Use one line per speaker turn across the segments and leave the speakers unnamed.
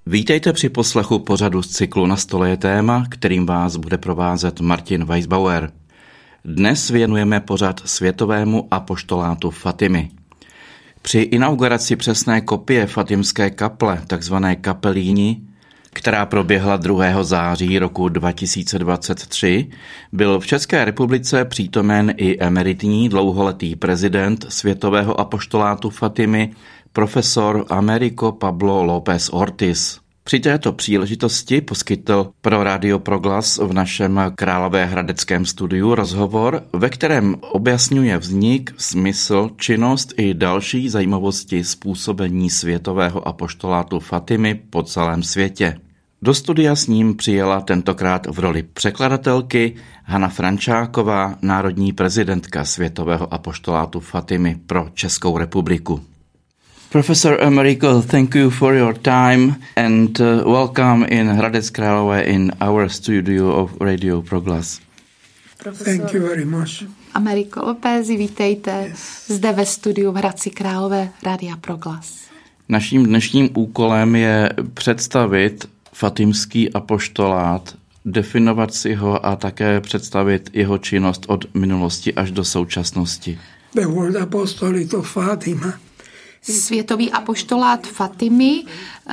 Vítejte při poslechu pořadu z cyklu Na stole je téma, kterým vás bude provázet Martin Weisbauer. Dnes věnujeme pořad světovému apoštolátu Fatimy. Při inauguraci přesné kopie fatimské kaple, takzvané kapelíni, která proběhla 2. září roku 2023, byl v České republice přítomen i emeritní dlouholetý prezident světového apoštolátu Fatimy, profesor Americo Pablo López Ortiz. Při této příležitosti poskytl pro Radio Proglas v našem královéhradeckém studiu rozhovor, ve kterém objasňuje vznik, smysl, činnost i další zajímavosti způsobení světového apoštolátu Fatimy po celém světě. Do studia s ním přijela tentokrát v roli překladatelky Hana Frančáková, národní prezidentka světového apoštolátu Fatimy pro Českou republiku. Professor Americo, thank you for your time and welcome in Hradec Králové in our studio of Radio Proglas.
Thank you very much.
Americo López, vítejte zde ve studiu v Hradci Králové Rádia Proglas.
Naším dnešním úkolem je představit fatimský apoštolát, definovat si ho a také představit jeho činnost od minulosti až do současnosti.
The word apostolate of Fatima.
Světový apoštolát Fatimy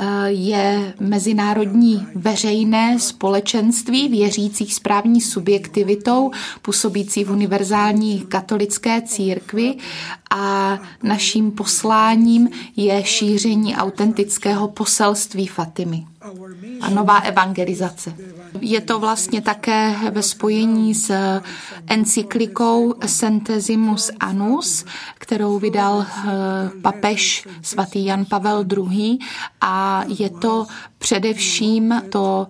je mezinárodní veřejné společenství věřících s právní subjektivitou, působící v univerzální katolické církvi a naším posláním je šíření autentického poselství Fatimy a nová evangelizace. Je to vlastně také ve spojení s encyklikou Centesimus Annus, kterou vydal papež svatý Jan Pavel II. A je to především to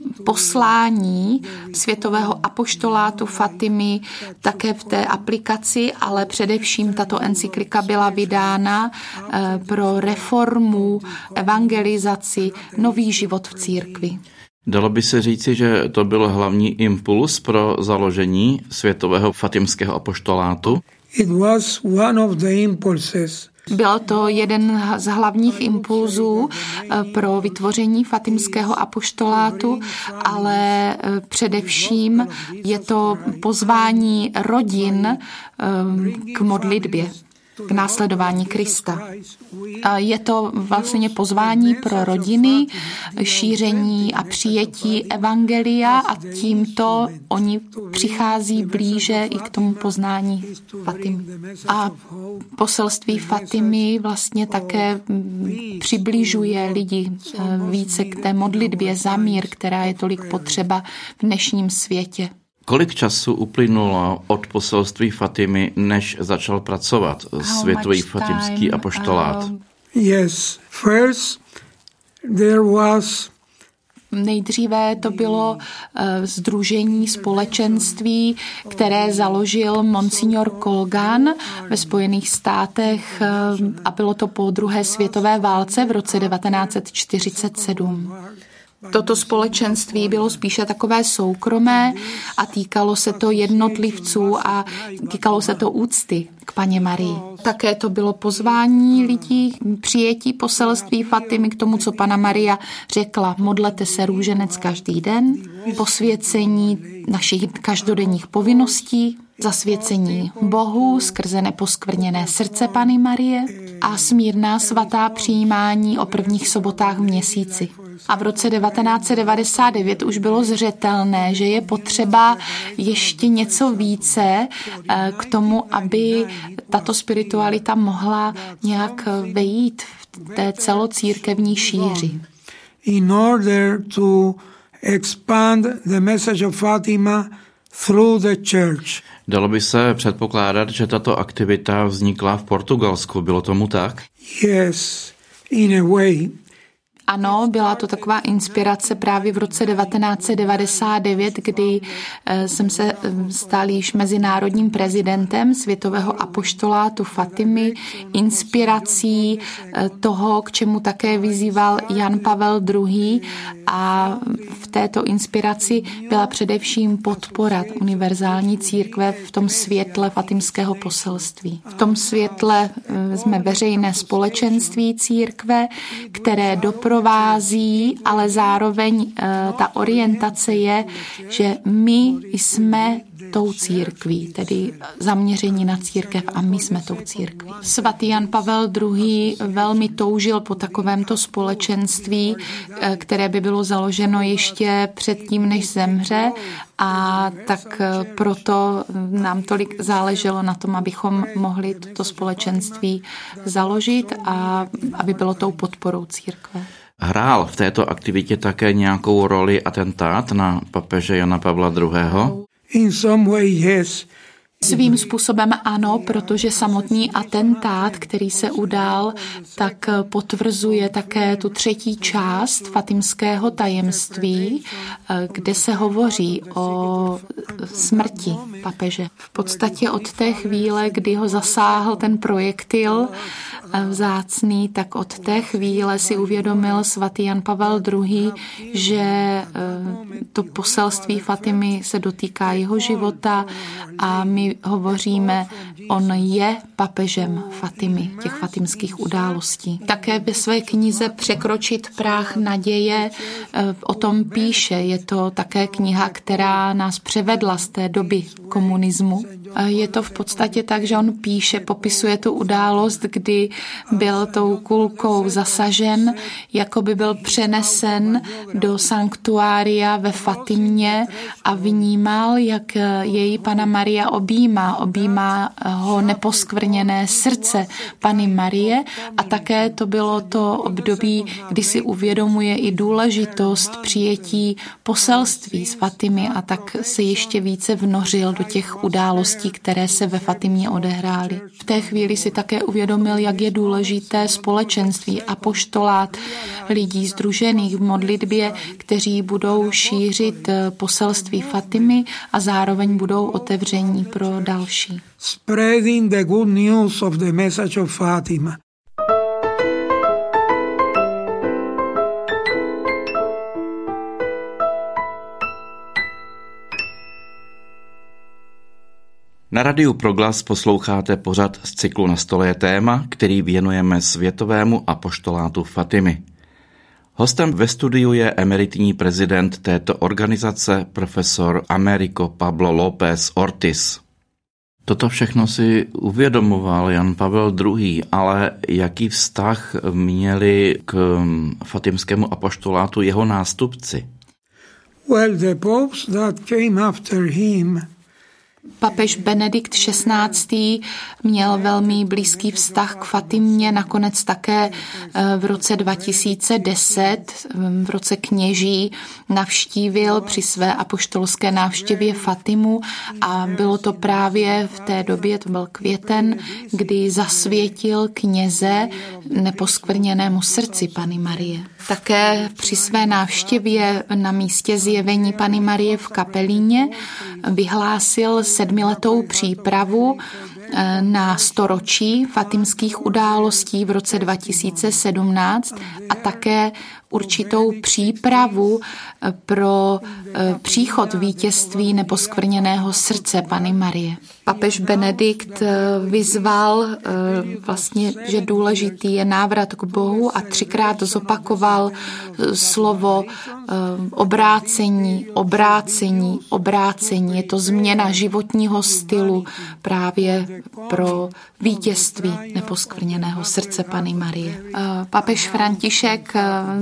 poslání světového apoštolátu Fatimy také v té aplikaci, ale především tato encyklika byla vydána pro reformu, evangelizaci, nový život v církvi.
Dalo by se říci, že to byl hlavní impuls pro založení světového fatimského apoštolátu?
It was one of the impulses.
Byl to jeden z hlavních impulzů pro vytvoření fatimského apoštolátu, ale především je to pozvání rodin k modlitbě, k následování Krista. Je to vlastně pozvání pro rodiny, šíření a přijetí evangelia a tímto oni přichází blíže i k tomu poznání Fatimy. A poselství Fatimy vlastně také přibližuje lidi více k té modlitbě za mír, která je tolik potřeba v dnešním světě.
Kolik času uplynulo od poselství Fatimy, než začal pracovat světový fatimský apoštolát?
Yes, first there was
Nejdříve to bylo sdružení společenství, které založil monsignor Colgan ve Spojených státech a bylo to po druhé světové válce v roce 1947. Toto společenství bylo spíše takové soukromé a týkalo se to jednotlivců a týkalo se to úcty k Panně Marii. Také to bylo pozvání lidí, přijetí poselství Fatimy k tomu, co Panna Maria řekla. Modlete se růženec každý den, posvěcení našich každodenních povinností, zasvěcení Bohu skrze neposkvrněné srdce Panny Marie a smírná svatá přijímání o prvních sobotách v měsíci. A v roce 1999 už bylo zřetelné, že je potřeba ještě něco více k tomu, aby tato spiritualita mohla nějak vejít v té celocírkevní šíři.
In order to expand the message of Fatima through the church.
Dalo by se předpokládat, že tato aktivita vznikla v Portugalsku. Bylo tomu tak?
Yes, in a way.
Ano, byla to taková inspirace právě v roce 1999, kdy jsem se stal již mezinárodním prezidentem světového apoštolátu Fatimy, inspirací toho, k čemu také vyzýval Jan Pavel II. A v této inspiraci byla především podpora univerzální církve v tom světle fatimského poselství. V tom světle jsme veřejné společenství církve, které doprovodí doprovází, ale zároveň ta orientace je, že my jsme tou církví, tedy zaměření na církev a my jsme tou církví. Svatý Jan Pavel II. Velmi toužil po takovémto společenství, které by bylo založeno ještě předtím, než zemře, a tak proto nám tolik záleželo na tom, abychom mohli toto společenství založit a aby bylo tou podporou církve.
Hrál v této aktivitě také nějakou roli atentát na papeže Jana Pavla II.?
In some way, yes.
Svým způsobem ano, protože samotný atentát, který se udál, tak potvrzuje také tu třetí část fatimského tajemství, kde se hovoří o smrti papeže. V podstatě od té chvíle, kdy ho zasáhl ten projektil vzácný, tak od té chvíle si uvědomil svatý Jan Pavel II., že to poselství Fatimy se dotýká jeho života a my hovoříme, on je papežem Fatimy, těch fatimských událostí. Také ve své knize Překročit práh naděje o tom píše. Je to také kniha, která nás převedla z té doby komunismu. Je to v podstatě tak, že on píše, popisuje tu událost, kdy byl tou kulkou zasažen, jako by byl přenesen do sanktuária ve Fatimě a vnímal, jak její Panna Maria objímá ho neposkvrněné srdce Panny Marie, a také to bylo to období, kdy si uvědomuje i důležitost přijetí poselství z Fatimy, a tak se ještě více vnořil do těch událostí, které se ve Fatimě odehrály. V té chvíli si také uvědomil, jak je důležité společenství, apoštolát lidí sdružených v modlitbě, kteří budou šířit poselství Fatimy a zároveň budou otevření pro další.
Spreading the good news of the message of Fatima.
Na Radiu Proglas posloucháte pořad z cyklu Na stole je téma, který věnujeme světovému apoštolátu Fatimy. Hostem ve studiu je emeritní prezident této organizace, profesor Americo Pablo López Ortiz. Toto všechno si uvědomoval Jan Pavel II., ale jaký vztah měli k fatimskému apoštolátu jeho nástupci?
Well, the popes that came after him.
Papež Benedikt XVI. Měl velmi blízký vztah k Fatimě, nakonec také v roce 2010, v roce kněží, navštívil při své apoštolské návštěvě Fatimu a bylo to právě v té době, to byl květen, kdy zasvětil kněze neposkvrněnému srdci Panny Marie. Také při své návštěvě na místě zjevení Panny Marie v Kapelíně vyhlásil 7letou přípravu na storočí fatimských událostí v roce 2017 a také určitou přípravu pro příchod vítězství neposkvrněného srdce Panny Marie. Papež Benedikt vyzval vlastně, že důležitý je návrat k Bohu a 3krát zopakoval slovo obrácení, obrácení, obrácení. Je to změna životního stylu právě pro vítězství neposkvrněného srdce Panny Marie. Papež František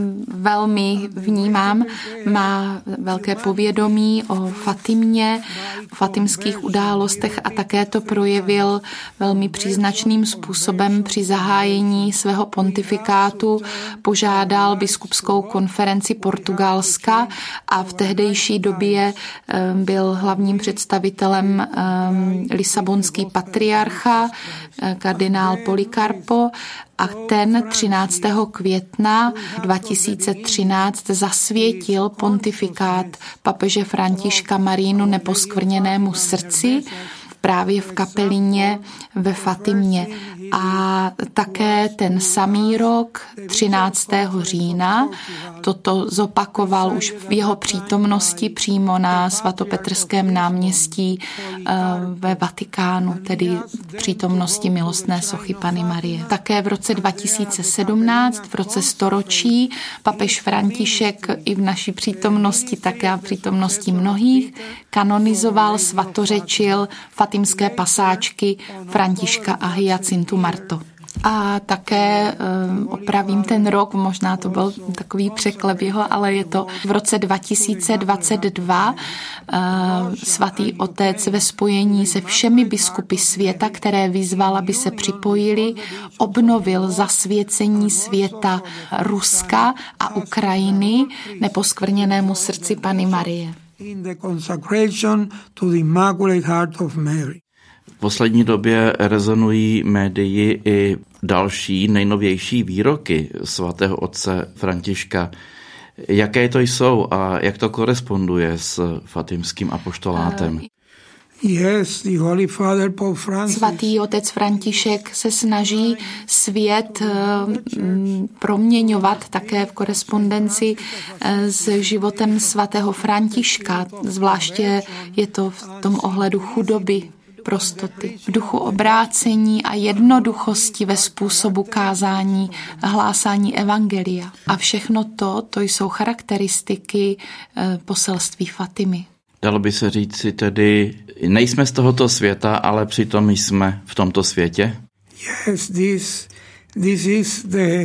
velmi vnímám, má velké povědomí o Fatimě, o fatimských událostech a také to projevil velmi příznačným způsobem při zahájení svého pontifikátu. Požádal biskupskou konferenci Portugalska a v tehdejší době byl hlavním představitelem lisabonský patriarcha, kardinál Polikarpo, a ten 13. května 2013 zasvětil pontifikát papeže Františka Marínu neposkvrněnému srdci. V právě v kapelině ve Fatimě. A také ten samý rok, 13. října, toto zopakoval už v jeho přítomnosti přímo na svatopetrském náměstí ve Vatikánu, tedy v přítomnosti milostné sochy Panny Marie. Také v roce 2017, v roce storočí, papež František i v naší přítomnosti, také v přítomnosti mnohých, kanonizoval, svatořečil fatimské pasáčky Františka a Hyacintu Marto. A také opravím ten rok, možná to byl takový překlep jeho, ale je to v roce 2022 svatý otec ve spojení se všemi biskupy světa, které vyzval, aby se připojili, obnovil zasvěcení světa Ruska a Ukrajiny neposkvrněnému srdci Panny Marie.
In the consecration to the Immaculate Heart of Mary.
V poslední době rezonují médii i další nejnovější výroky svatého otce Františka. Jaké to jsou a jak to koresponduje s fatimským apoštolátem?
Yes, the Holy Father Pope Francis.
Svatý otec František se snaží svět proměňovat také v korespondenci s životem svatého Františka. Zvláště je to v tom ohledu chudoby, prostoty, v duchu obrácení a jednoduchosti ve způsobu kázání a hlásání evangelia. A všechno to jsou charakteristiky poselství Fatimy.
Dalo by se říct si tedy, nejsme z tohoto světa, ale přitom jsme v tomto světě?
Yes, this is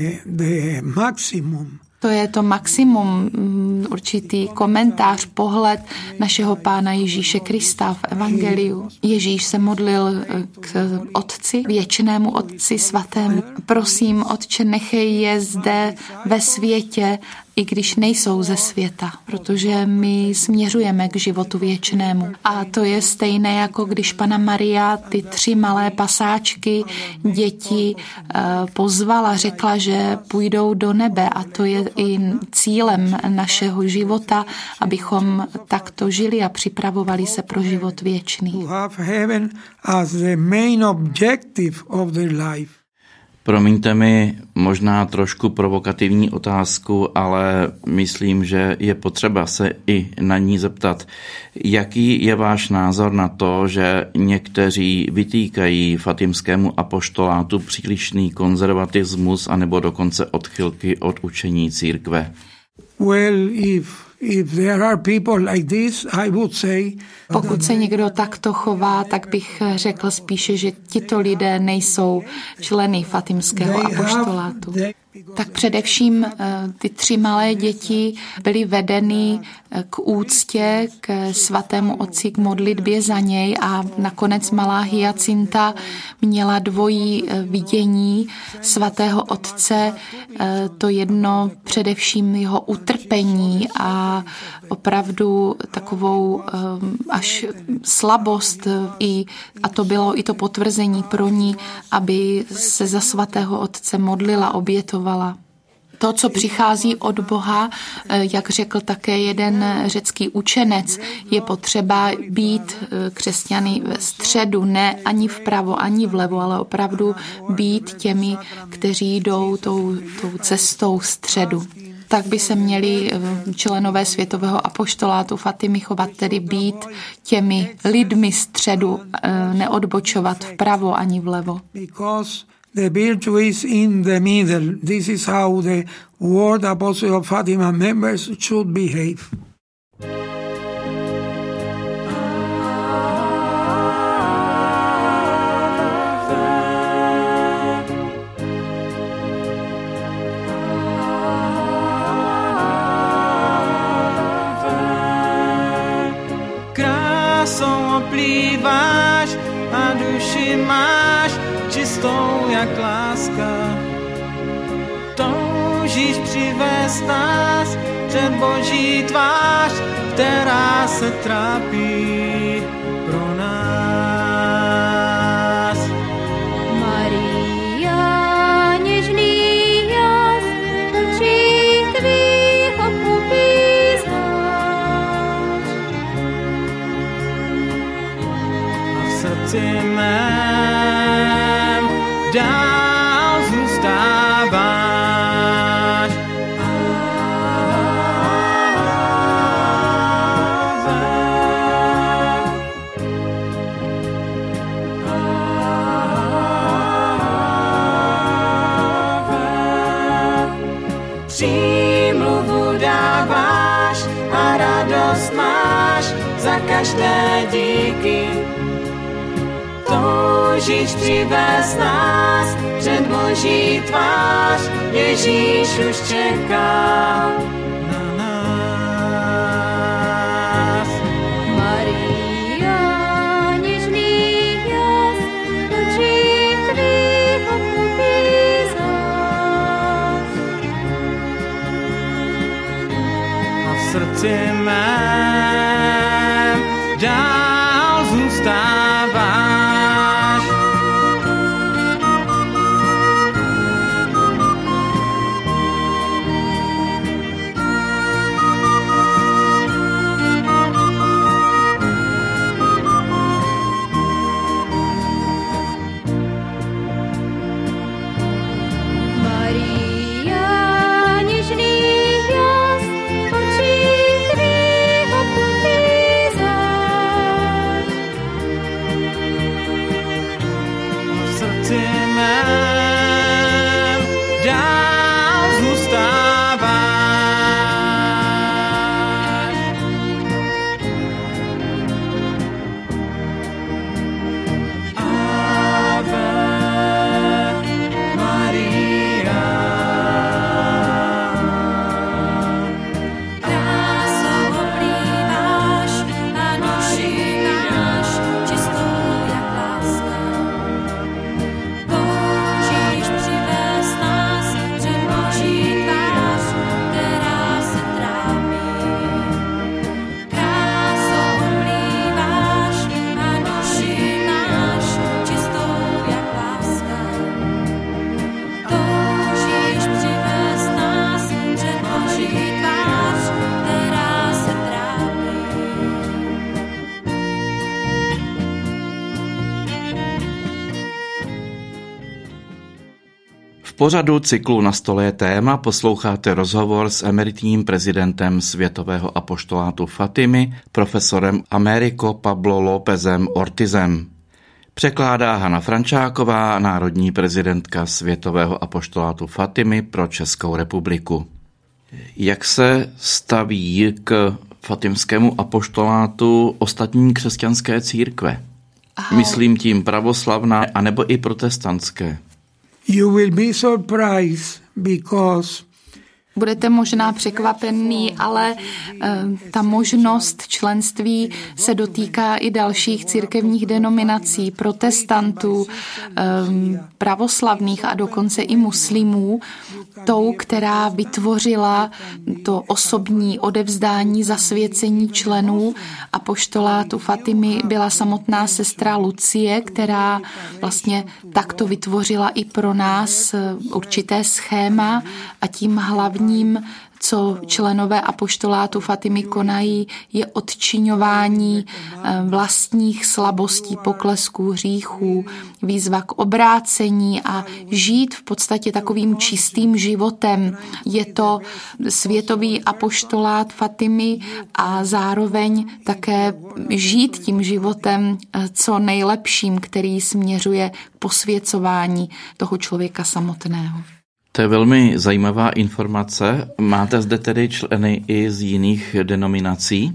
the maximum.
To je to maximum, určitý komentář, pohled našeho Pána Ježíše Krista v evangeliu. Ježíš se modlil k Otci, věčnému Otci svatému. Prosím, Otče, nechej je zde ve světě, i když nejsou ze světa, protože my směřujeme k životu věčnému. A to je stejné, jako když Panna Maria ty 3 malé pasáčky, děti pozvala, řekla, že půjdou do nebe, a to je i cílem našeho života, abychom takto žili a připravovali se pro život věčný.
To have heaven as the main objective of their life.
Promiňte mi možná trošku provokativní otázku, ale myslím, že je potřeba se i na ní zeptat. Jaký je váš názor na to, že někteří vytýkají fatimskému apoštolátu přílišný konzervatismus anebo dokonce odchylky od učení církve?
Well, if there are people like this, I would say...
Pokud se někdo takto chová, tak bych řekl spíše, že tito lidé nejsou členy fatimského apoštolátu. Tak především ty 3 malé děti byly vedeny k úctě k svatému otci, k modlitbě za něj, a nakonec malá Hyacinta měla dvojí vidění svatého otce, to jedno především jeho utrpení a opravdu takovou až slabost, a to bylo i to potvrzení pro ní, aby se za svatého otce modlila, obětovala. To, co přichází od Boha, jak řekl také jeden řecký učenec, je potřeba být křesťany ve středu, ne ani vpravo, ani vlevo, ale opravdu být těmi, kteří jdou tou cestou středu. Tak by se měli členové světového apoštolátu Fatimy chovat, tedy být těmi lidmi středu, neodbočovat vpravo ani vlevo.
The virtue is in the middle. This is how the World Apostle of Fatima members should behave.
Krásou oplýváš a duši máš čistou jak láska. Toužíš přivést nás před Boží tvář, která se trápí pro nás.
Maria, něžný jas, očí tvých popíznáš.
A v srdci dál zůstáváš. Přímluvu dáváš a radost máš za každé díky. Toužíš přivést nás před Boží tvář, Ježíš už čeká na nás.
Maria, něžný jas, očí tvých odpovízáš.
A v srdci mém dál zůstáváš.
Maria, něžný jas, očí tvých odpovízáš.
V srdci mém dál zůstáváš. Ave Maria.
Krásou oplýváš a duši máš čistou jak láska. Toužíš přivést nás před Boží tvář, která se trápí. Krásou oplýváš a duši máš čistou jak láska. Toužíš přivést nás před Boží tvář, která se trápí.
V pořadu cyklu Na stole je téma posloucháte rozhovor s emeritním prezidentem Světového apoštolátu Fatimy, profesorem Américo Pablo Lópezem Ortizem. Překládá Hana Frančáková, národní prezidentka Světového apoštolátu Fatimy pro Českou republiku. Jak se staví k fatimskému apoštolátu ostatní křesťanské církve? Myslím tím pravoslavná anebo i protestantské.
You will be surprised because
Budete možná překvapený, ale ta možnost členství se dotýká i dalších církevních denominací, protestantů, pravoslavných a dokonce i muslimů. Tou, která vytvořila to osobní odevzdání zasvěcení členů apoštolátu Fatimy, byla samotná sestra Lucie, která vlastně takto vytvořila i pro nás určité schéma a tím hlavním, co členové apoštolátu Fatimy konají, je odčiňování vlastních slabostí, poklesků, hříchů, výzva k obrácení a žít v podstatě takovým čistým životem. Je to světový apoštolát Fatimy a zároveň také žít tím životem co nejlepším, který směřuje k posvěcování toho člověka samotného.
To je velmi zajímavá informace. Máte zde tedy členy i z jiných denominací?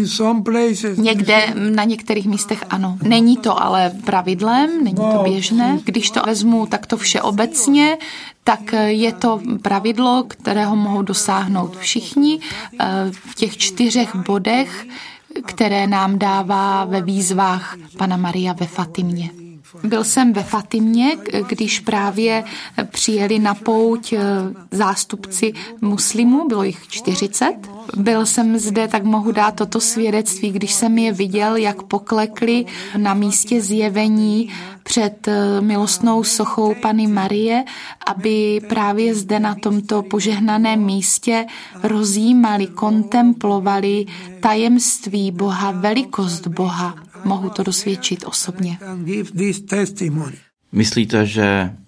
Někde, na některých místech ano. Není to ale pravidlem, není to běžné. Když to vezmu takto všeobecně, tak je to pravidlo, kterého mohou dosáhnout všichni v těch 4 bodech, které nám dává ve výzvách Panna Maria ve Fatimě. Byl jsem ve Fatimě, když právě přijeli na pouť zástupci muslimů, bylo jich 40. Byl jsem zde, tak mohu dát toto svědectví, když jsem je viděl, jak poklekli na místě zjevení před milostnou sochou Panny Marie, aby právě zde na tomto požehnaném místě rozjímali, kontemplovali tajemství Boha, velikost Boha. Mohu to dosvědčit osobně.
Myslíte, že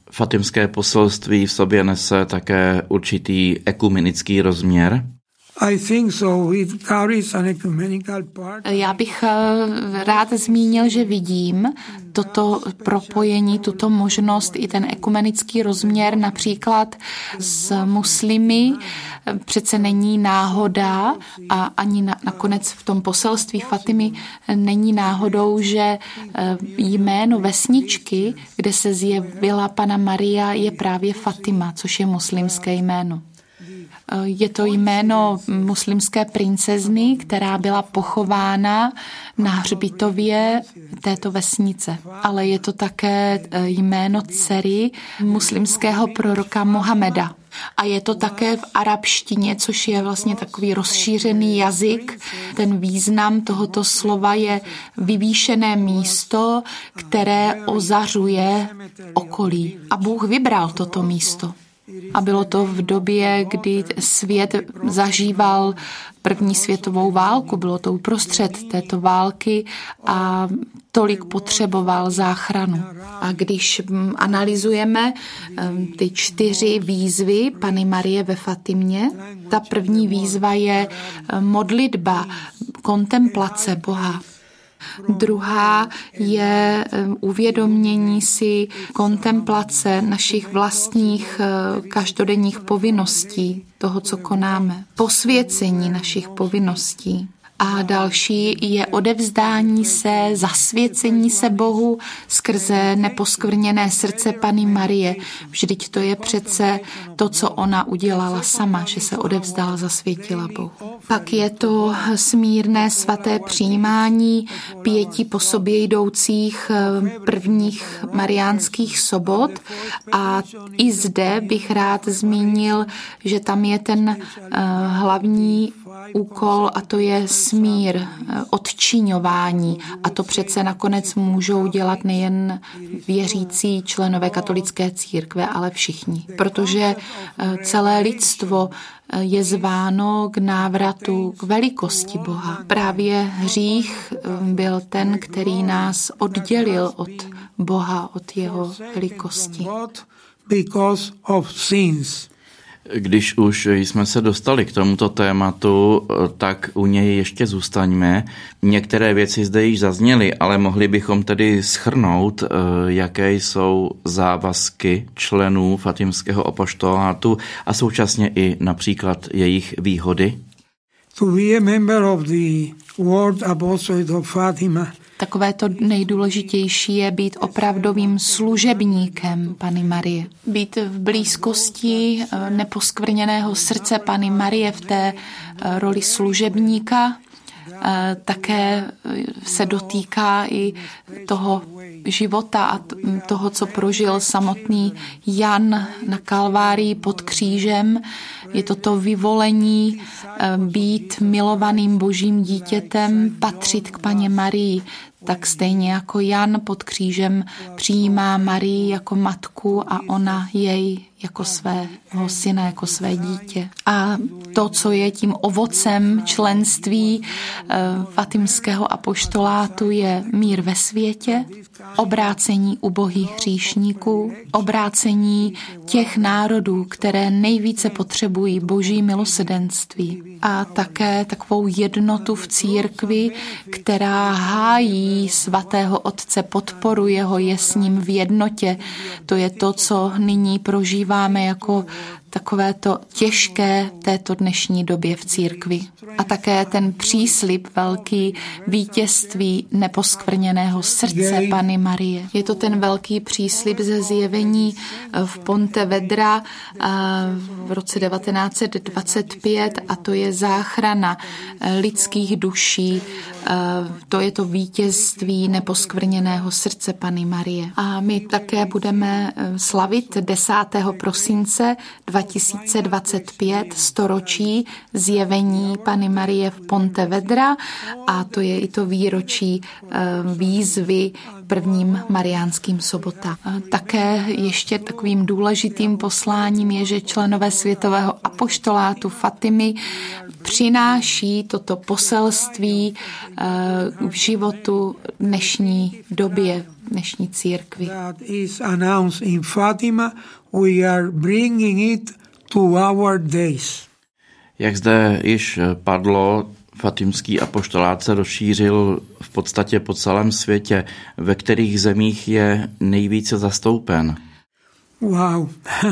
Fatimské poselství v sobě nese také určitý ekumenický rozměr.
I think so. It carries an ecumenical part.
Já bych rád zmínil, že vidím toto propojení, tuto možnost i ten ekumenický rozměr například s muslimy. Přece není náhoda a ani nakonec v tom poselství Fatimy není náhodou, že jméno vesničky, kde se zjevila Panna Maria, je právě Fatima, což je muslimské jméno. Je to jméno muslimské princezny, která byla pochována na hřbitově této vesnice. Ale je to také jméno dcery muslimského proroka Mohameda. A je to také v arabštině, což je vlastně takový rozšířený jazyk. Ten význam tohoto slova je vyvýšené místo, které ozařuje okolí. A Bůh vybral toto místo. A bylo to v době, kdy svět zažíval první světovou válku. Bylo to uprostřed této války a tolik potřeboval záchranu. A když analyzujeme ty 4 výzvy Panny Marie ve Fatimě, ta první výzva je modlitba, kontemplace Boha. Druhá je uvědomění si kontemplace našich vlastních každodenních povinností, toho, co konáme. Posvěcení našich povinností. A další je odevzdání se, zasvěcení se Bohu skrze neposkvrněné srdce Panny Marie. Vždyť to je přece to, co ona udělala sama, že se odevzdala, zasvětila Bohu. Pak je to smírné svaté přijímání 5 po sobě jdoucích prvních mariánských sobot. A i zde bych rád zmínil, že tam je ten hlavní úkol a to je smír, odčiňování. A to přece nakonec můžou dělat nejen věřící členové katolické církve, ale všichni. Protože celé lidstvo je zváno k návratu k velikosti Boha. Právě hřích byl ten, který nás oddělil od Boha, od jeho velikosti.
Because of sins.
Když už jsme se dostali k tomuto tématu, tak u něj ještě zůstaňme. Některé věci zde již zazněly, ale mohli bychom tedy shrnout, jaké jsou závazky členů Fatimského apoštolátu a současně i například jejich výhody.
To be a member of the World Apostolate of Fatima.
Takové to nejdůležitější je být opravdovým služebníkem Panny Marie. Být v blízkosti neposkvrněného srdce Panny Marie v té roli služebníka. Také se dotýká i toho života a toho, co prožil samotný Jan na Kalvárii pod křížem. Je to vyvolení být milovaným božím dítětem, patřit k Panně Marii. Tak stejně jako Jan pod křížem přijímá Marii jako matku a ona jej jako svého syna, jako své dítě. A to, co je tím ovocem členství Fatimského apoštolátu, je mír ve světě, obrácení ubohých hříšníků, obrácení těch národů, které nejvíce potřebují boží milosrdenství. A také takovou jednotu v církvi, která hájí svatého otce, podporuje ho, je s ním v jednotě. To je to, co nyní prožíváme jako takové to těžké této dnešní době v církvi. A také ten příslib velký vítězství neposkvrněného srdce Panny Marie. Je to ten velký příslib ze zjevení v Pontevedra v roce 1925 a to je záchrana lidských duší. To je to vítězství neposkvrněného srdce Panny Marie. A my také budeme slavit 10. prosince 2025 storočí zjevení Panny Marie v Pontevedra a to je i to výročí výzvy prvním mariánským sobota. Také ještě takovým důležitým posláním je, že členové Světového apoštolátu Fatimy přináší toto poselství v životu dnešní době. dnešní církvi.
that is announced in Fatima, we are bringing it to our days.
Jak zde již padlo, fatimský apoštolát se rozšířil v podstatě po celém světě. Ve kterých zemích je nejvíce zastoupen?
Wow.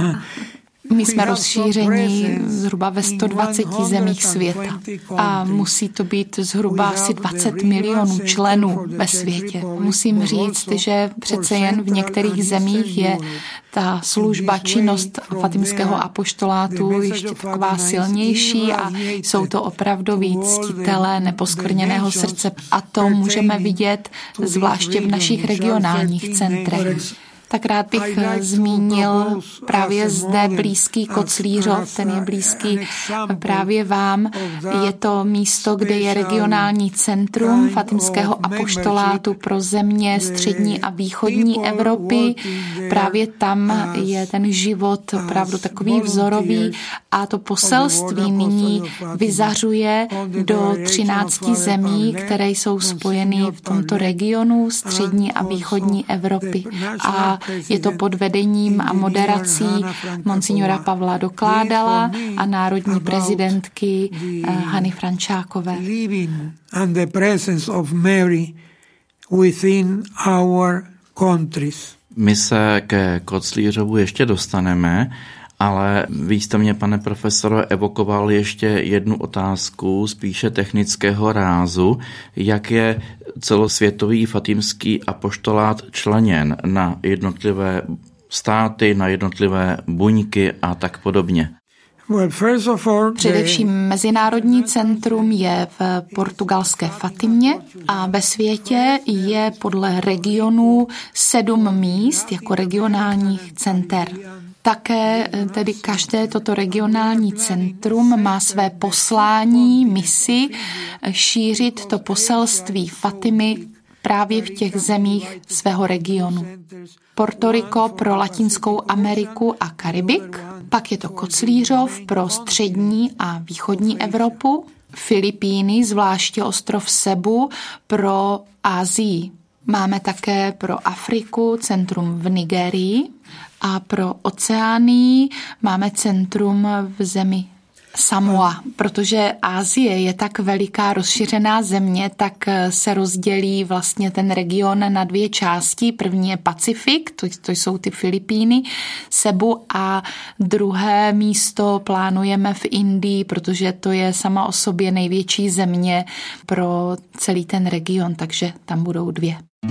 My jsme rozšířeni zhruba ve 120 zemích světa a musí to být zhruba asi 20 milionů členů ve světě. Musím říct, že přece jen v některých zemích je ta služba, činnost fatimského apoštolátu ještě taková silnější a jsou to opravdoví ctitelé neposkvrněného srdce. A to můžeme vidět zvláště v našich regionálních centrech. Tak rád bych zmínil právě zde blízký Koclířov, ten je blízký právě vám. Je to místo, kde je regionální centrum fatimského apoštolátu pro země střední a východní Evropy. Právě tam je ten život opravdu takový vzorový a to poselství nyní vyzařuje do 13 zemí, které jsou spojeny v tomto regionu střední a východní Evropy. A je to pod vedením a moderací monsignora Pavla Dokládala a národní prezidentky Hany Frančákové.
And the presence of Mary within our countries.
My se ke Koclířovu ještě dostaneme, ale vy jste mě, pane profesore, evokoval ještě jednu otázku spíše technického rázu. Jak je celosvětový fatimský apoštolát členěn na jednotlivé státy, na jednotlivé buňky a tak podobně?
Především mezinárodní centrum je v portugalské Fatimě a ve světě je podle regionů 7 míst jako regionálních center. Také tedy každé toto regionální centrum má své poslání, misi šířit to poselství Fatimy právě v těch zemích svého regionu. Puerto Rico pro Latinskou Ameriku a Karibik, pak je to Koclířov pro střední a východní Evropu, Filipíny, zvláště ostrov Cebu pro Asii. Máme také pro Afriku centrum v Nigérii a pro Oceánii máme centrum v zemi Samoa. Protože Asie je tak veliká rozšířená země, tak se rozdělí vlastně ten region na 2 části. První je Pacifik, to jsou ty Filipíny, Cebu a druhé místo plánujeme v Indii, protože to je sama o sobě největší země pro celý ten region, takže tam budou 2.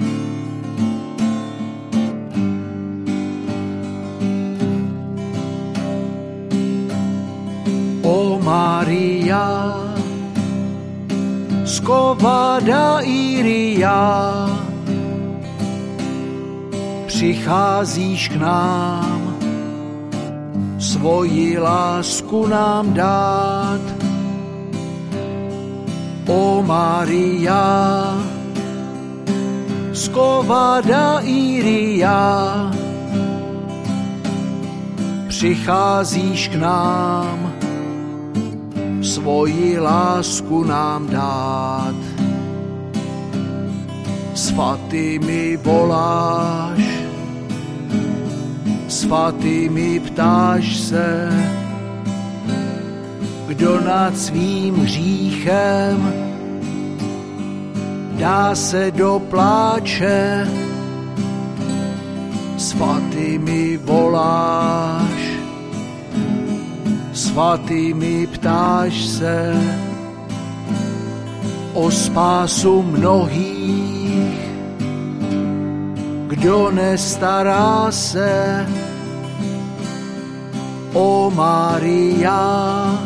O Maria, Scovada Iria, přicházíš k nám, svoji lásku nám dát. O Maria, Scovada Iria, přicházíš k nám, svoji lásku nám dát. S Fatimy voláš, s Fatimy ptáš se, kdo nad svým hříchem dá se do pláče. S Fatimy voláš, s Fatimy ptáš se o spásu mnohých, kdo nestará se. O Maria,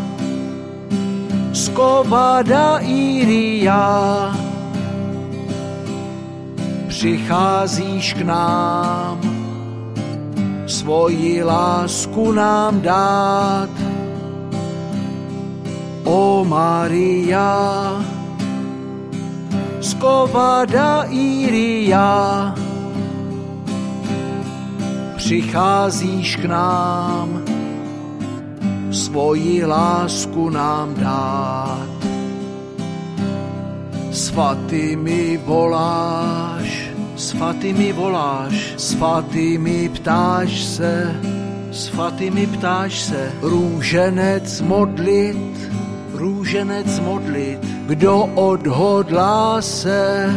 Scovada Iria, přicházíš k nám, svoji lásku nám dát. O Maria, Scovada Iria, přicházíš k nám, svoji lásku nám dát. S Fatimy voláš, svatý mi voláš, svatý mi ptáš se, svatý mi ptáš se, růženec modlit, kdo odhodlá se,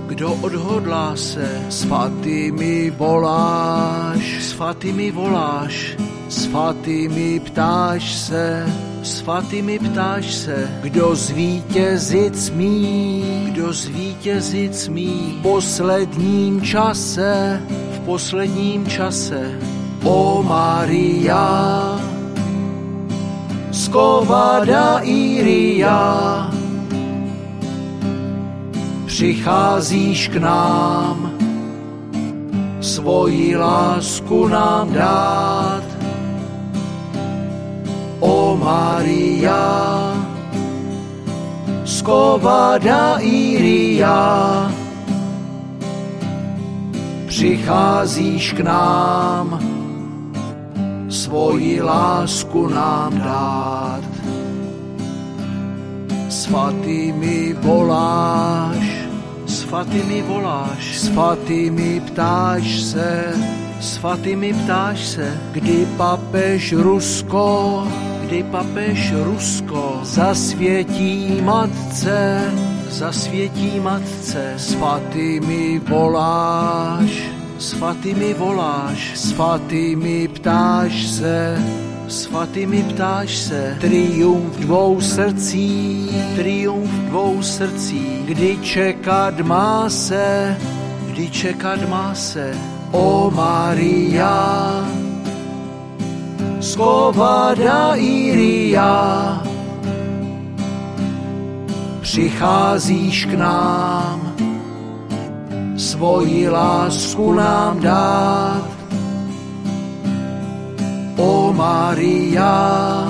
svatý mi voláš, svatý mi voláš, svatý mi ptáš se, svatý mi ptáš se, kdo zvítězit smí, v posledním čase, o Maria, skovada Iria, přicházíš k nám, svoji lásku nám dát. O Maria, skovada Iria, přicházíš k nám, svoji lásku nám dát. Svatý mi voláš, svatý mi voláš, svatý mi ptáš se, kdy papež Rusko zasvětí matce, svatý mi voláš, svatý mi voláš, svatý mi ptáš se, triumf dvou srdcí, kdy čekat má se, o Maria, skovada Iria, přicházíš k nám, svoji lásku nám dát. O Maria,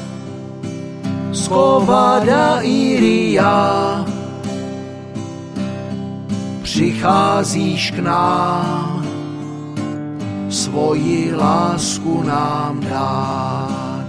skovada Iria, přicházíš k nám, svoji lásku nám dát.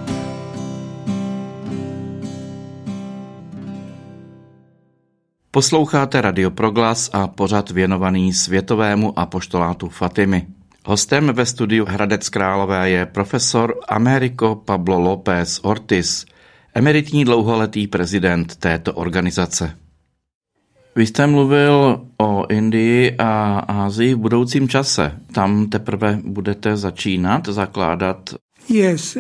Posloucháte Radio Proglas a pořad věnovaný světovému apoštolátu Fatimy. Hostem ve studiu Hradec Králové je profesor Américo Pablo López Ortiz, emeritní dlouholetý prezident této organizace. Vy jste mluvil o Indii a Asii v budoucím čase. Tam teprve budete začínat zakládat?
Yes.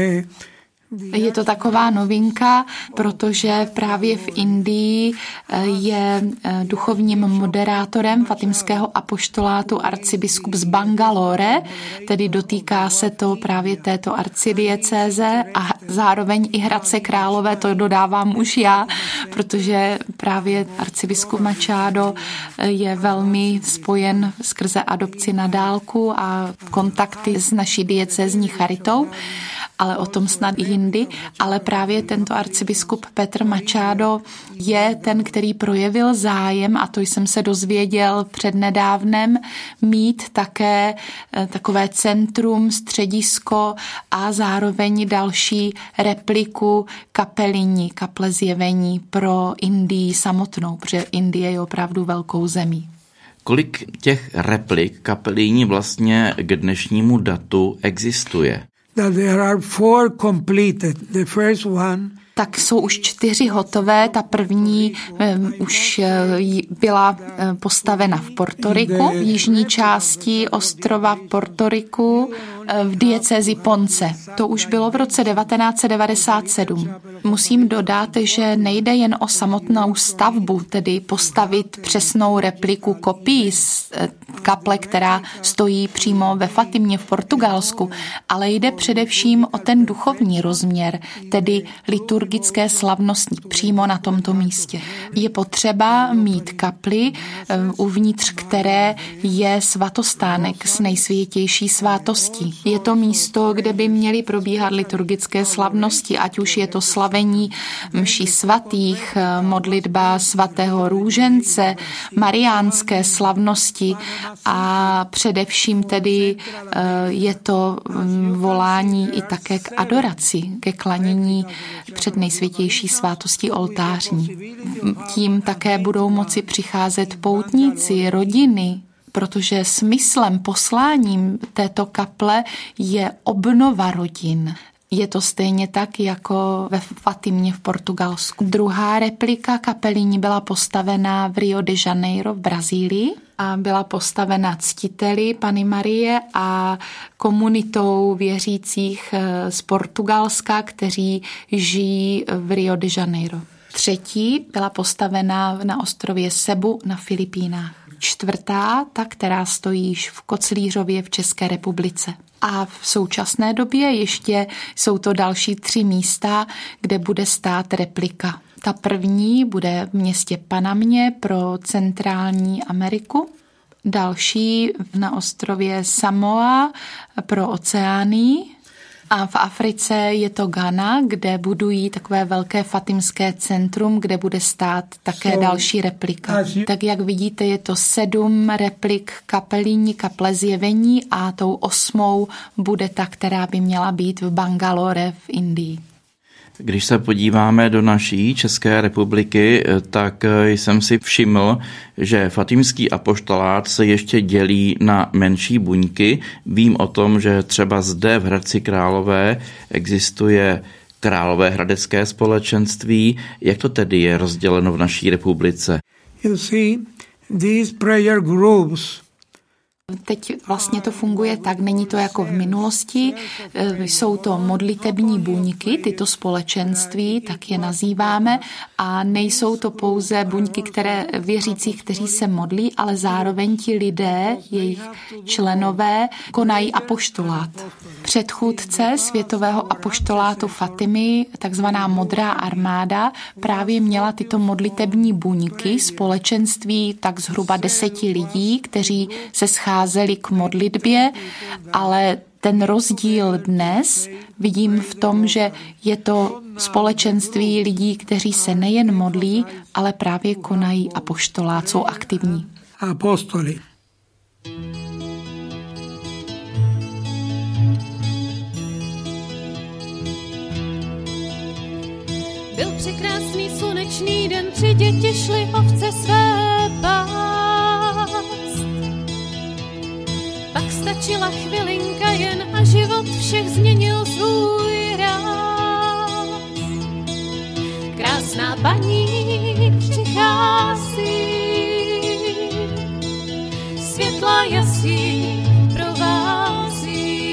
Je to taková novinka, protože právě v Indii je duchovním moderátorem fatimského apoštolátu arcibiskup z Bangalore, tedy dotýká se to právě této arcidiecéze a zároveň i Hradce Králové, to dodávám už já, protože právě arcibiskup Machado je velmi spojen skrze adopci na dálku a kontakty s naší diecézní charitou, ale o tom snad i jindy, ale právě tento arcibiskup Petr Machado je ten, který projevil zájem, a to jsem se dozvěděl přednedávnem, mít také takové centrum, středisko a zároveň další repliku kapelíní, kaple zjevení pro Indii samotnou, protože Indie je opravdu velkou zemí.
Kolik těch replik kapelíní vlastně k dnešnímu datu existuje?
That there are 4 completed. The first one
tak jsou už 4 hotové. Ta první už byla postavena v Portoriku, v jižní části ostrova Portoriku, v diecézi Ponce. To už bylo v roce 1997. Musím dodat, že nejde jen o samotnou stavbu, tedy postavit přesnou repliku kopii z kaple, která stojí přímo ve Fatimě v Portugalsku, ale jde především o ten duchovní rozměr, tedy liturgické slavnostní přímo na tomto místě. Je potřeba mít kapli, uvnitř které je svatostánek s nejsvětější svátostí. Je to místo, kde by měly probíhat liturgické slavnosti, ať už je to slavení mší svatých, modlitba svatého růžence, mariánské slavnosti a především tedy je to volání i také k adoraci, ke klanění před nejsvětější svátostí oltářní. Tím také budou moci přicházet poutníci, rodiny, protože smyslem, posláním této kaple je obnova rodin. Je to stejně tak jako ve Fatimě v Portugalsku. Druhá replika kapelíní byla postavena v Rio de Janeiro v Brazílii a byla postavena ctiteli Panny Marie a komunitou věřících z Portugalska, kteří žijí v Rio de Janeiro. Třetí byla postavena na ostrově Cebu na Filipínách. Čtvrtá, ta, která stojí již v Koclířově v České republice. A v současné době ještě jsou to další 3 místa, kde bude stát replika. Ta první bude v městě Panamě pro centrální Ameriku, další na ostrově Samoa pro Oceánii, a v Africe je to Ghana, kde budují takové velké fatimské centrum, kde bude stát také další replika. Tak jak vidíte, je to 7 replik kapelíní kaple Zjevení a tou 8. bude ta, která by měla být v Bangalore v Indii.
Když se podíváme do naší České republiky, tak jsem si všiml, že fatimský apoštolát se ještě dělí na menší buňky. Vím o tom, že třeba zde v Hradci Králové existuje Královéhradecké společenství. Jak to tedy je rozděleno v naší republice?
You see, these prayer groups
Teď vlastně to funguje tak, není to jako v minulosti, jsou to modlitební buňky, tyto společenství, tak je nazýváme, a nejsou to pouze buňky, které věřících, kteří se modlí, ale zároveň ti lidé, jejich členové, konají apoštolát. Předchůdce světového apoštolátu Fatimy, takzvaná Modrá armáda, právě měla tyto modlitební buňky, společenství tak zhruba 10 lidí, kteří se scházeli k modlitbě, ale ten rozdíl dnes vidím v tom, že je to společenství lidí, kteří se nejen modlí, ale právě konají apoštolát, jsou aktivní.
apostoli.
Byl překrásný slunečný den, 3 děti šly ovce své pást. Pak stačila chvilinka jen a život všech změnil svůj ráz. Krásná paní přichází, světla jasí provází,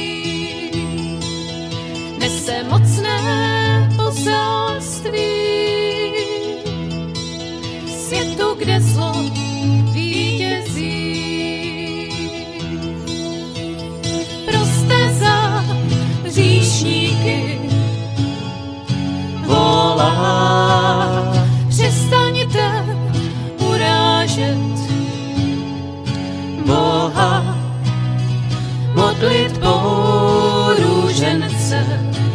nese mocné poselství světu, kde zlo vítězí. Proste za hříšníky volá, přestaňte urážet Boha, modlitbou růžence,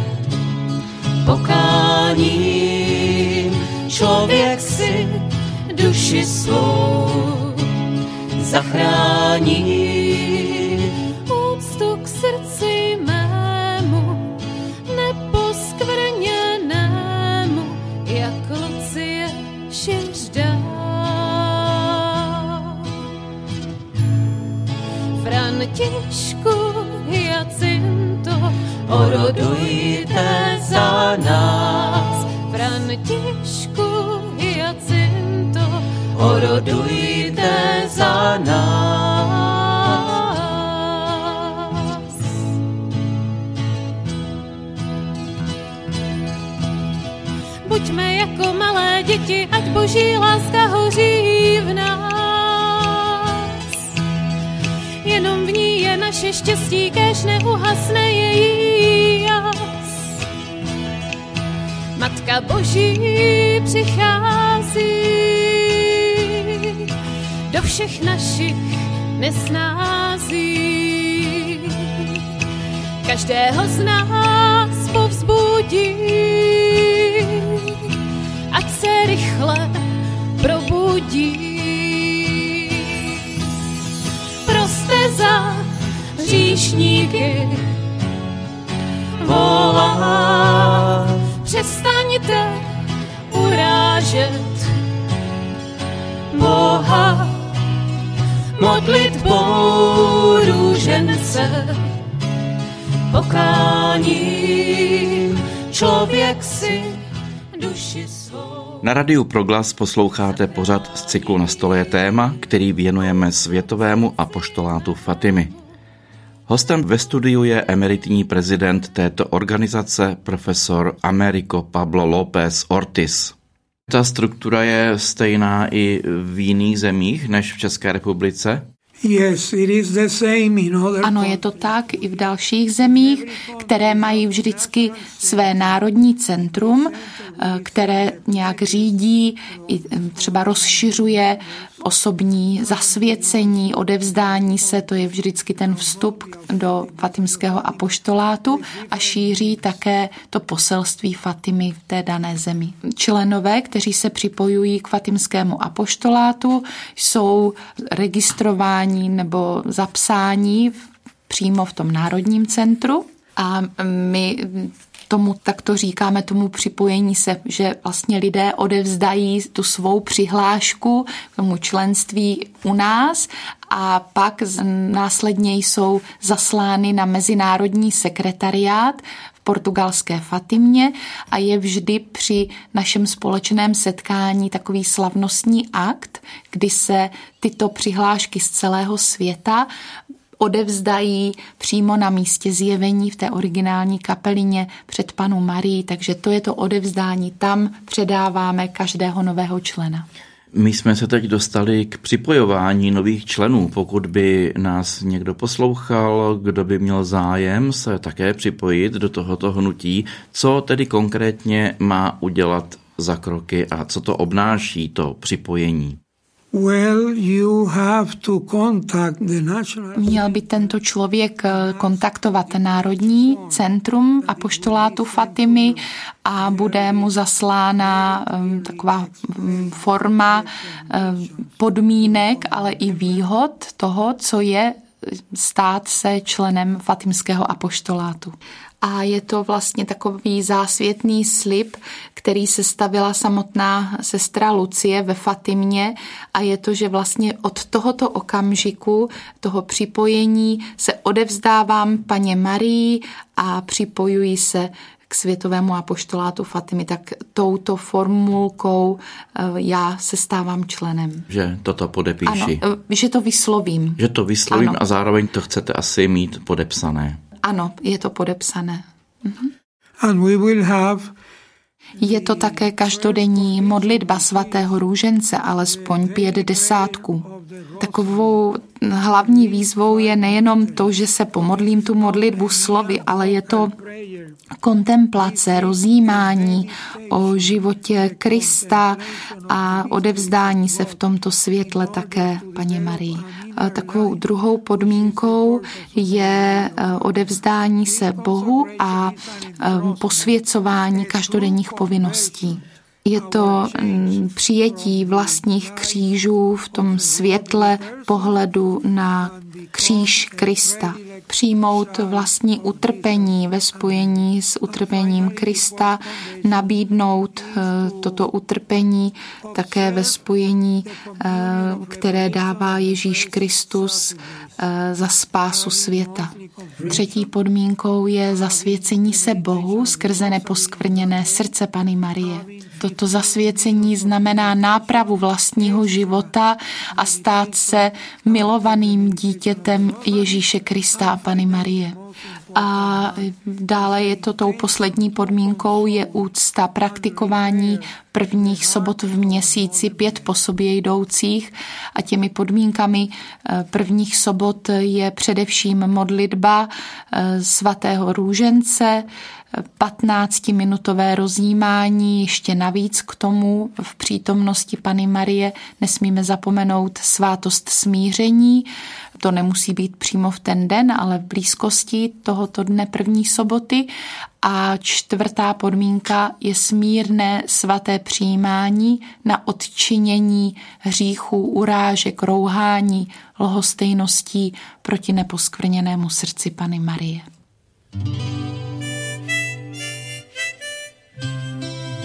pokáním člověk si duši svou zachrání. Úctu k srdci mému, neposkvrněnému, jak Lucie Šiřdá. Františku, Jacinto, orodujte za nás. Františku, Jacinto, orodujte za nás. Buďme jako malé děti, ať boží láska hoří v nás. Jenom v ní je naše štěstí, kéž neuhasne její jas. Matka Boží přichází do všech našich nesnází. Každého z nás povzbudí, ať se rychle probudí. Proste za hříšníky volá, přestaňte urážet Boha, modlitbou růžence. Pokáním člověk si duši svou.
Na Radiu Proglas posloucháte pořad z cyklu Na stole je téma, který věnujeme světovému apoštolátu Fatimy. Hostem ve studiu je emeritní prezident této organizace, profesor Americo Pablo López Ortiz. Ta struktura je stejná i v jiných zemích než v České republice?
Yes, it is the same in other
Ano, je to tak i v dalších zemích, které mají vždycky své národní centrum, které nějak řídí, i třeba rozšiřuje osobní zasvěcení, odevzdání se, to je vždycky ten vstup do fatimského apoštolátu a šíří také to poselství Fatimy v té dané zemi. Členové, kteří se připojují k fatimskému apoštolátu, jsou registrováni nebo zapsáni přímo v tom národním centru a my tomu takto říkáme, tomu připojení se, že vlastně lidé odevzdají tu svou přihlášku k tomu členství u nás a pak následně jsou zaslány na mezinárodní sekretariát v portugalské Fatimě a je vždy při našem společném setkání takový slavnostní akt, kdy se tyto přihlášky z celého světa odevzdají přímo na místě zjevení v té originální kapelině před Pannou Marií, takže to je to odevzdání, tam předáváme každého nového člena.
My jsme se teď dostali k připojování nových členů. Pokud by nás někdo poslouchal, kdo by měl zájem se také připojit do tohoto hnutí, co tedy konkrétně má udělat za kroky a co to obnáší, to připojení?
Well, you have to contact the national...
Měl by tento člověk kontaktovat Národní centrum apoštolátu Fatimy a bude mu zaslána taková forma podmínek, ale i výhod toho, co je stát se členem fatimského apoštolátu. A je to vlastně takový zásvětný slib, který sestavila samotná sestra Lucie ve Fatimě a je to, že vlastně od tohoto okamžiku, toho připojení se odevzdávám Panně Marii a připojuji se k světovému apoštolátu Fatimy, tak touto formulkou já se stávám členem.
Že toto podepíši.
Ano, že to vyslovím.
Že to vyslovím
ano.
A zároveň to chcete asi mít podepsané.
Ano, je to podepsané.
And we will have...
Je to také každodenní modlitba svatého růžence, alespoň 50. Takovou hlavní výzvou je nejenom to, že se pomodlím tu modlitbu slovy, ale je to kontemplace, rozjímání o životě Krista a odevzdání se v tomto světle také Panně Marii. Takovou druhou podmínkou je odevzdání se Bohu a posvěcování každodenních povinností. Je to přijetí vlastních křížů v tom světle pohledu na kříž Krista. Přijmout vlastní utrpení ve spojení s utrpením Krista, nabídnout toto utrpení také ve spojení, které dává Ježíš Kristus za spásu světa. Třetí podmínkou je zasvěcení se Bohu skrze neposkvrněné srdce Panny Marie. Toto zasvěcení znamená nápravu vlastního života a stát se milovaným dítětem Ježíše Krista a Panny Marie. A dále je to tou poslední podmínkou je úcta, praktikování prvních sobot v měsíci 5 po sobě jdoucích a těmi podmínkami prvních sobot je především modlitba svatého růžence, 15minutové rozjímání, ještě navíc k tomu v přítomnosti Panny Marie nesmíme zapomenout svátost smíření. To nemusí být přímo v ten den, ale v blízkosti tohoto dne první soboty. A 4. podmínka je smírné svaté přijímání na odčinění hříchů, urážek, rouhání, lhostejností proti neposkvrněnému srdci Panny Marie.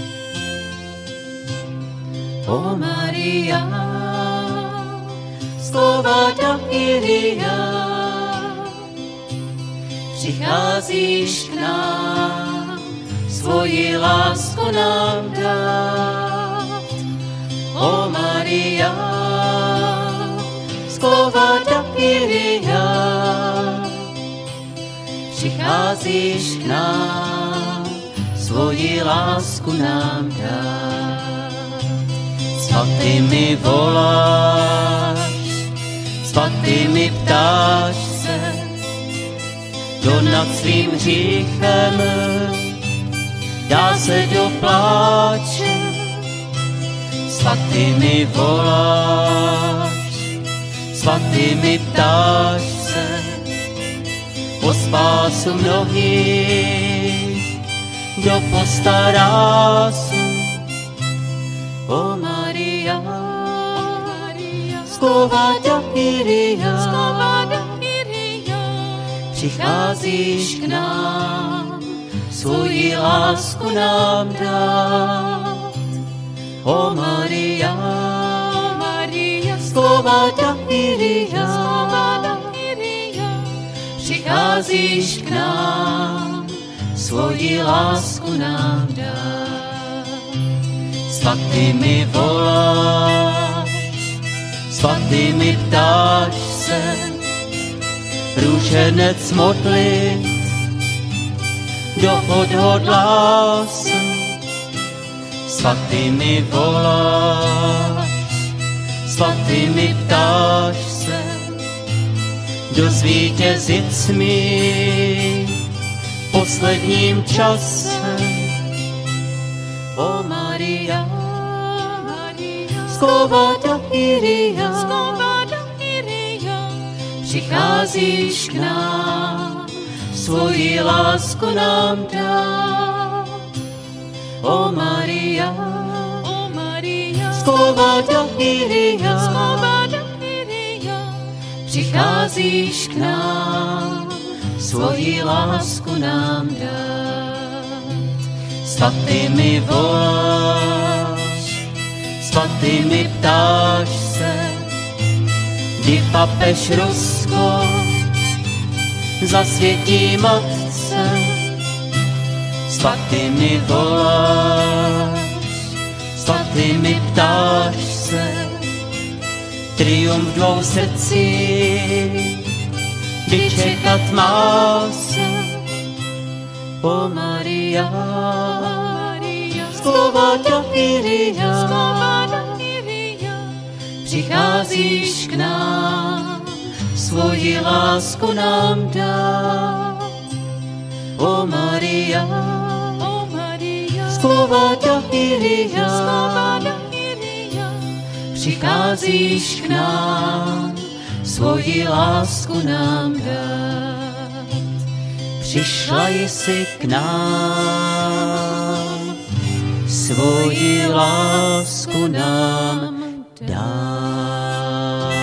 O Maria, Skovada Kyria, přicházíš k nám, svoji lásku nám dát. O Maria, Skovada Kyria, přicházíš k nám, svoji lásku nám dát. Svatý mi voláš, svatý mi ptáš se, kdo nad svým hříchem dá se do pláče. Svatý mi voláš, svatý mi ptáš se, o spásu mnohých, kdo postará se. O Maria, Skovada Kyria, přicházíš k nám, svoji lásku nám dát. O Maria, Skovada Kyria, přicházíš k nám, svoji lásku nám dát. Svatý mi voláš, svatý mi ptáš se, růženec modlit, kdo odhodlá se. Svatý mi voláš, svatý mi ptáš se, kdo zvítězit smí v posledním čase. O Maria, Skovada Kyria, přicházíš k nám, svoji lásku nám dát. O Maria, Skovada Kyria, přicházíš k nám, svoji lásku nám dát. Svatý mi voláš, svatý mi ptáš se, kdy papež Rusko zasvětí matce. Svatý mi voláš, svatý mi ptáš se, triumf dvou srdcí, kdy čekat má se. O Maria, Skovada Kyria, přicházíš k nám, svoji lásku nám dát. O Maria, Skovada Kyria, přicházíš k nám, svoji lásku nám dát. Přišla jsi k nám, svoji lásku nám dát.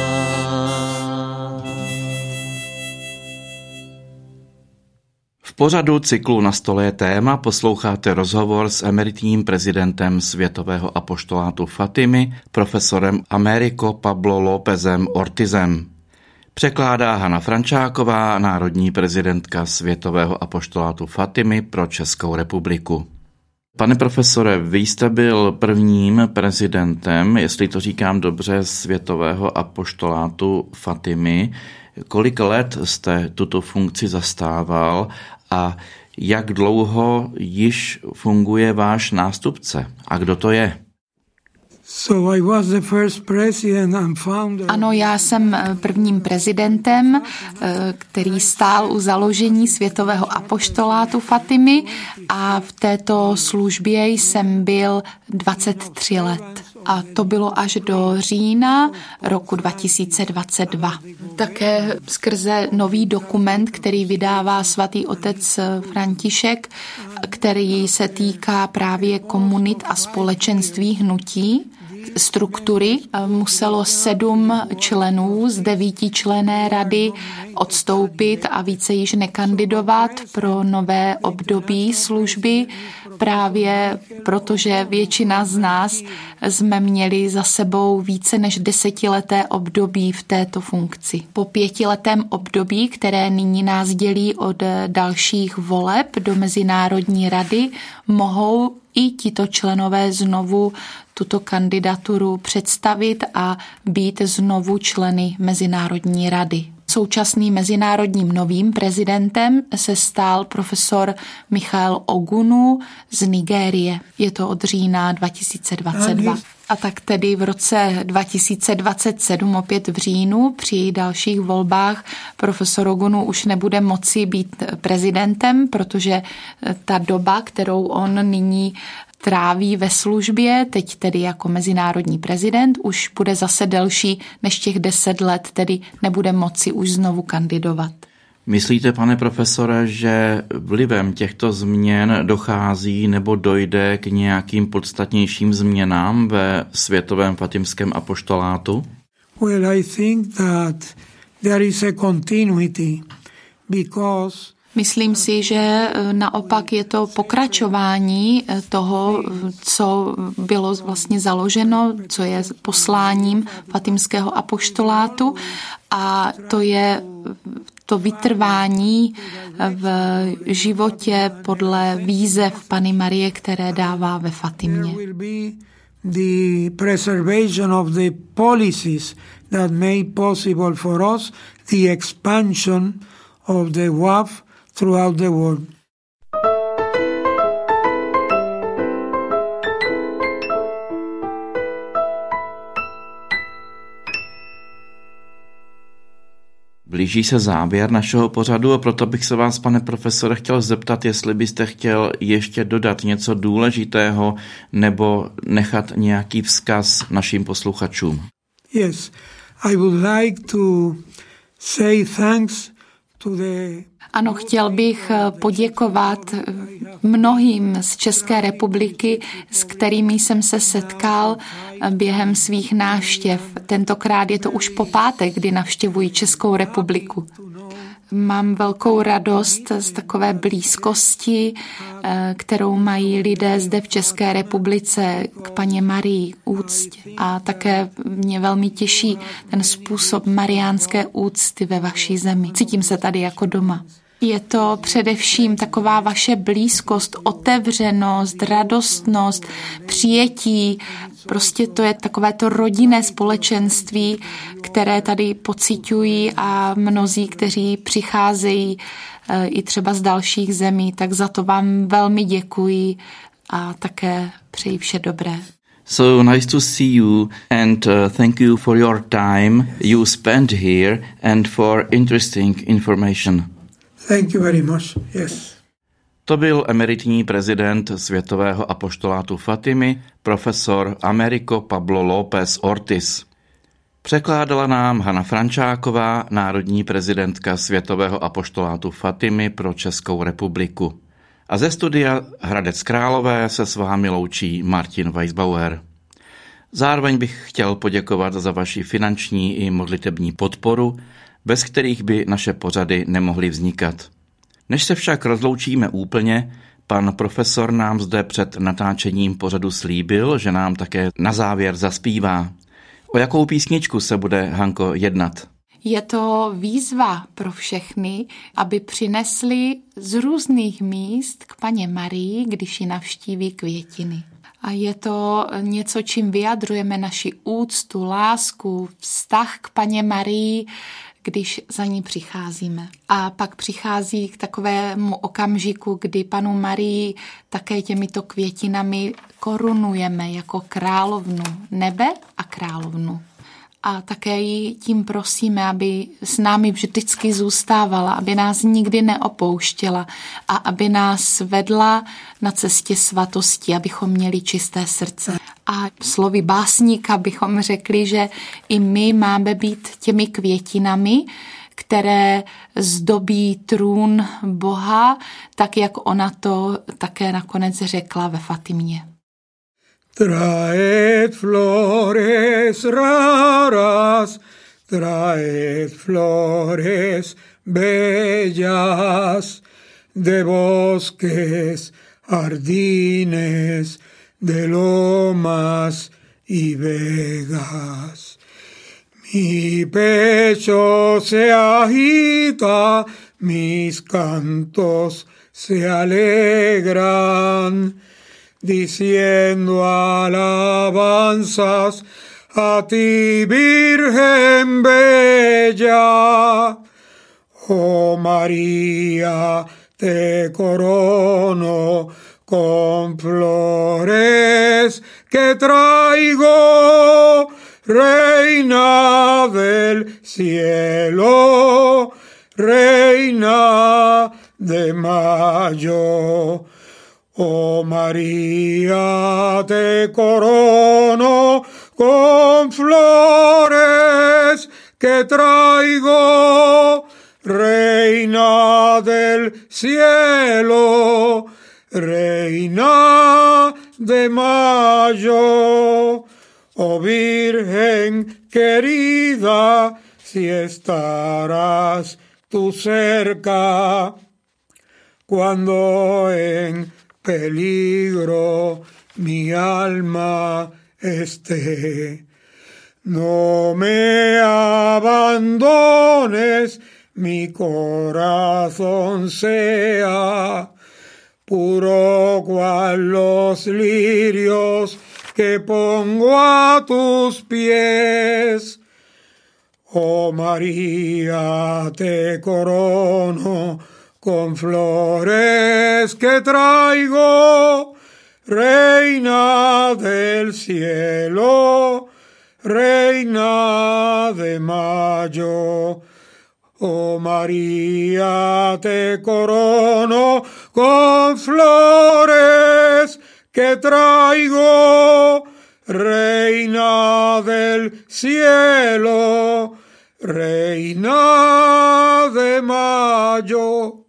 V pořadu cyklu Na stole je téma posloucháte rozhovor s emeritním prezidentem Světového apoštolátu Fatimy, profesorem Américo Pablo Lópezem Ortizem. Překládá Hana Frančáková, národní prezidentka Světového apoštolátu Fatimy pro Českou republiku. Pane profesore, vy jste byl prvním prezidentem, jestli to říkám dobře, Světového apoštolátu Fatimy. Kolik let jste tuto funkci zastával a jak dlouho již funguje váš nástupce? A kdo to je?
Ano, já jsem prvním prezidentem, který stál u založení Světového apoštolátu Fatimy a v této službě jsem byl 23 let. A to bylo až do října roku 2022. Také skrze nový dokument, který vydává svatý otec František, který se týká právě komunit a společenství hnutí, struktury, muselo 7 členů z 9členné rady odstoupit a více již nekandidovat pro nové období služby, právě protože většina z nás jsme měli za sebou více než 10leté období v této funkci. Po 5letém období, které nyní nás dělí od dalších voleb do Mezinárodní rady, mohou i tito členové znovu tuto kandidaturu představit a být znovu členy Mezinárodní rady. Současným mezinárodním novým prezidentem se stal profesor Michael Ogunu z Nigérie. Je to od října 2022. A tak tedy v roce 2027, opět v říjnu, při dalších volbách profesor Ogunu už nebude moci být prezidentem, protože ta doba, kterou on nyní tráví ve službě, teď tedy jako mezinárodní prezident, už bude zase delší než těch 10 let, tedy nebude moci už znovu kandidovat.
Myslíte, pane profesore, že vlivem těchto změn dochází nebo dojde k nějakým podstatnějším změnám ve světovém fatimském apoštolátu?
Well, I think that there is a continuity because
Myslím si, že naopak je to pokračování toho, co bylo vlastně založeno, co je posláním fatimského apoštolátu, a to je to vytrvání v životě podle výzev Panny Marie, které dává ve Fatimě.
The preservation of the policies that made possible for us the expansion of the WAF throughout the world.
Blíží se závěr našeho pořadu a proto bych se vás, pane profesore, chtěl zeptat, jestli byste chtěl ještě dodat něco důležitého nebo nechat nějaký vzkaz našim posluchačům.
Yes, I would like to say thanks to the...
Ano, chtěl bych poděkovat mnohým z České republiky, s kterými jsem se setkal během svých návštěv. Tentokrát je to už po pátek, kdy navštěvuji Českou republiku. Mám velkou radost z takové blízkosti, kterou mají lidé zde v České republice k Panně Marii, úctě. A také mě velmi těší ten způsob mariánské úcty ve vaší zemi. Cítím se tady jako doma. Je to především taková vaše blízkost, otevřenost, radostnost, přijetí. Prostě to je takové to rodinné společenství, které tady pociťují, a mnozí, kteří přicházejí i třeba z dalších zemí, tak za to vám velmi děkuji a také přeji vše dobré.
So nice to see you and thank you for your time you spent here and for interesting information.
Thank you very much. Yes.
To byl emeritní prezident Světového apoštolátu Fatimy, profesor Americo Pablo López Ortiz. Překládala nám Hana Frančáková, národní prezidentka Světového apoštolátu Fatimy pro Českou republiku. A ze studia Hradec Králové se s vámi loučí Martin Weisbauer. Zároveň bych chtěl poděkovat za vaši finanční i modlitební podporu, bez kterých by naše pořady nemohly vznikat. Než se však rozloučíme úplně, pan profesor nám zde před natáčením pořadu slíbil, že nám také na závěr zaspívá. O jakou písničku se bude, Hanko, jednat?
Je to výzva pro všechny, aby přinesli z různých míst k Panně Marii, když ji navštíví květiny. A je to něco, čím vyjadřujeme naši úctu, lásku, vztah k Panně Marii, když za ní přicházíme. A pak přichází k takovému okamžiku, kdy Pannu Marii také těmito květinami korunujeme jako královnu nebe a královnu. A také ji tím prosíme, aby s námi vždycky zůstávala, aby nás nikdy neopouštěla a aby nás vedla na cestě svatosti, abychom měli čisté srdce. A slovy básníka bychom řekli, že i my máme být těmi květinami, které zdobí trůn Boha, tak jak ona to také nakonec řekla ve Fatimě.
Traed flores raras, traed flores bellas, de bosques jardines de lomas y vegas. Mi pecho se agita, mis cantos se alegran, diciendo alabanzas a ti, Virgen bella. Oh María, te corono con flores que traigo, Reina del cielo, Reina de mayo. Oh María, te corono con flores que traigo, Reina del cielo, Reina de mayo. Oh Virgen querida, si estarás tú cerca, cuando en peligro mi alma esté. No me abandones, mi corazón sea puro cual los lirios que pongo a tus pies. Oh María, te corono con flores que traigo, Reina del cielo, Reina de mayo. Oh María, te corono con flores que traigo, Reina del cielo, Reina de mayo.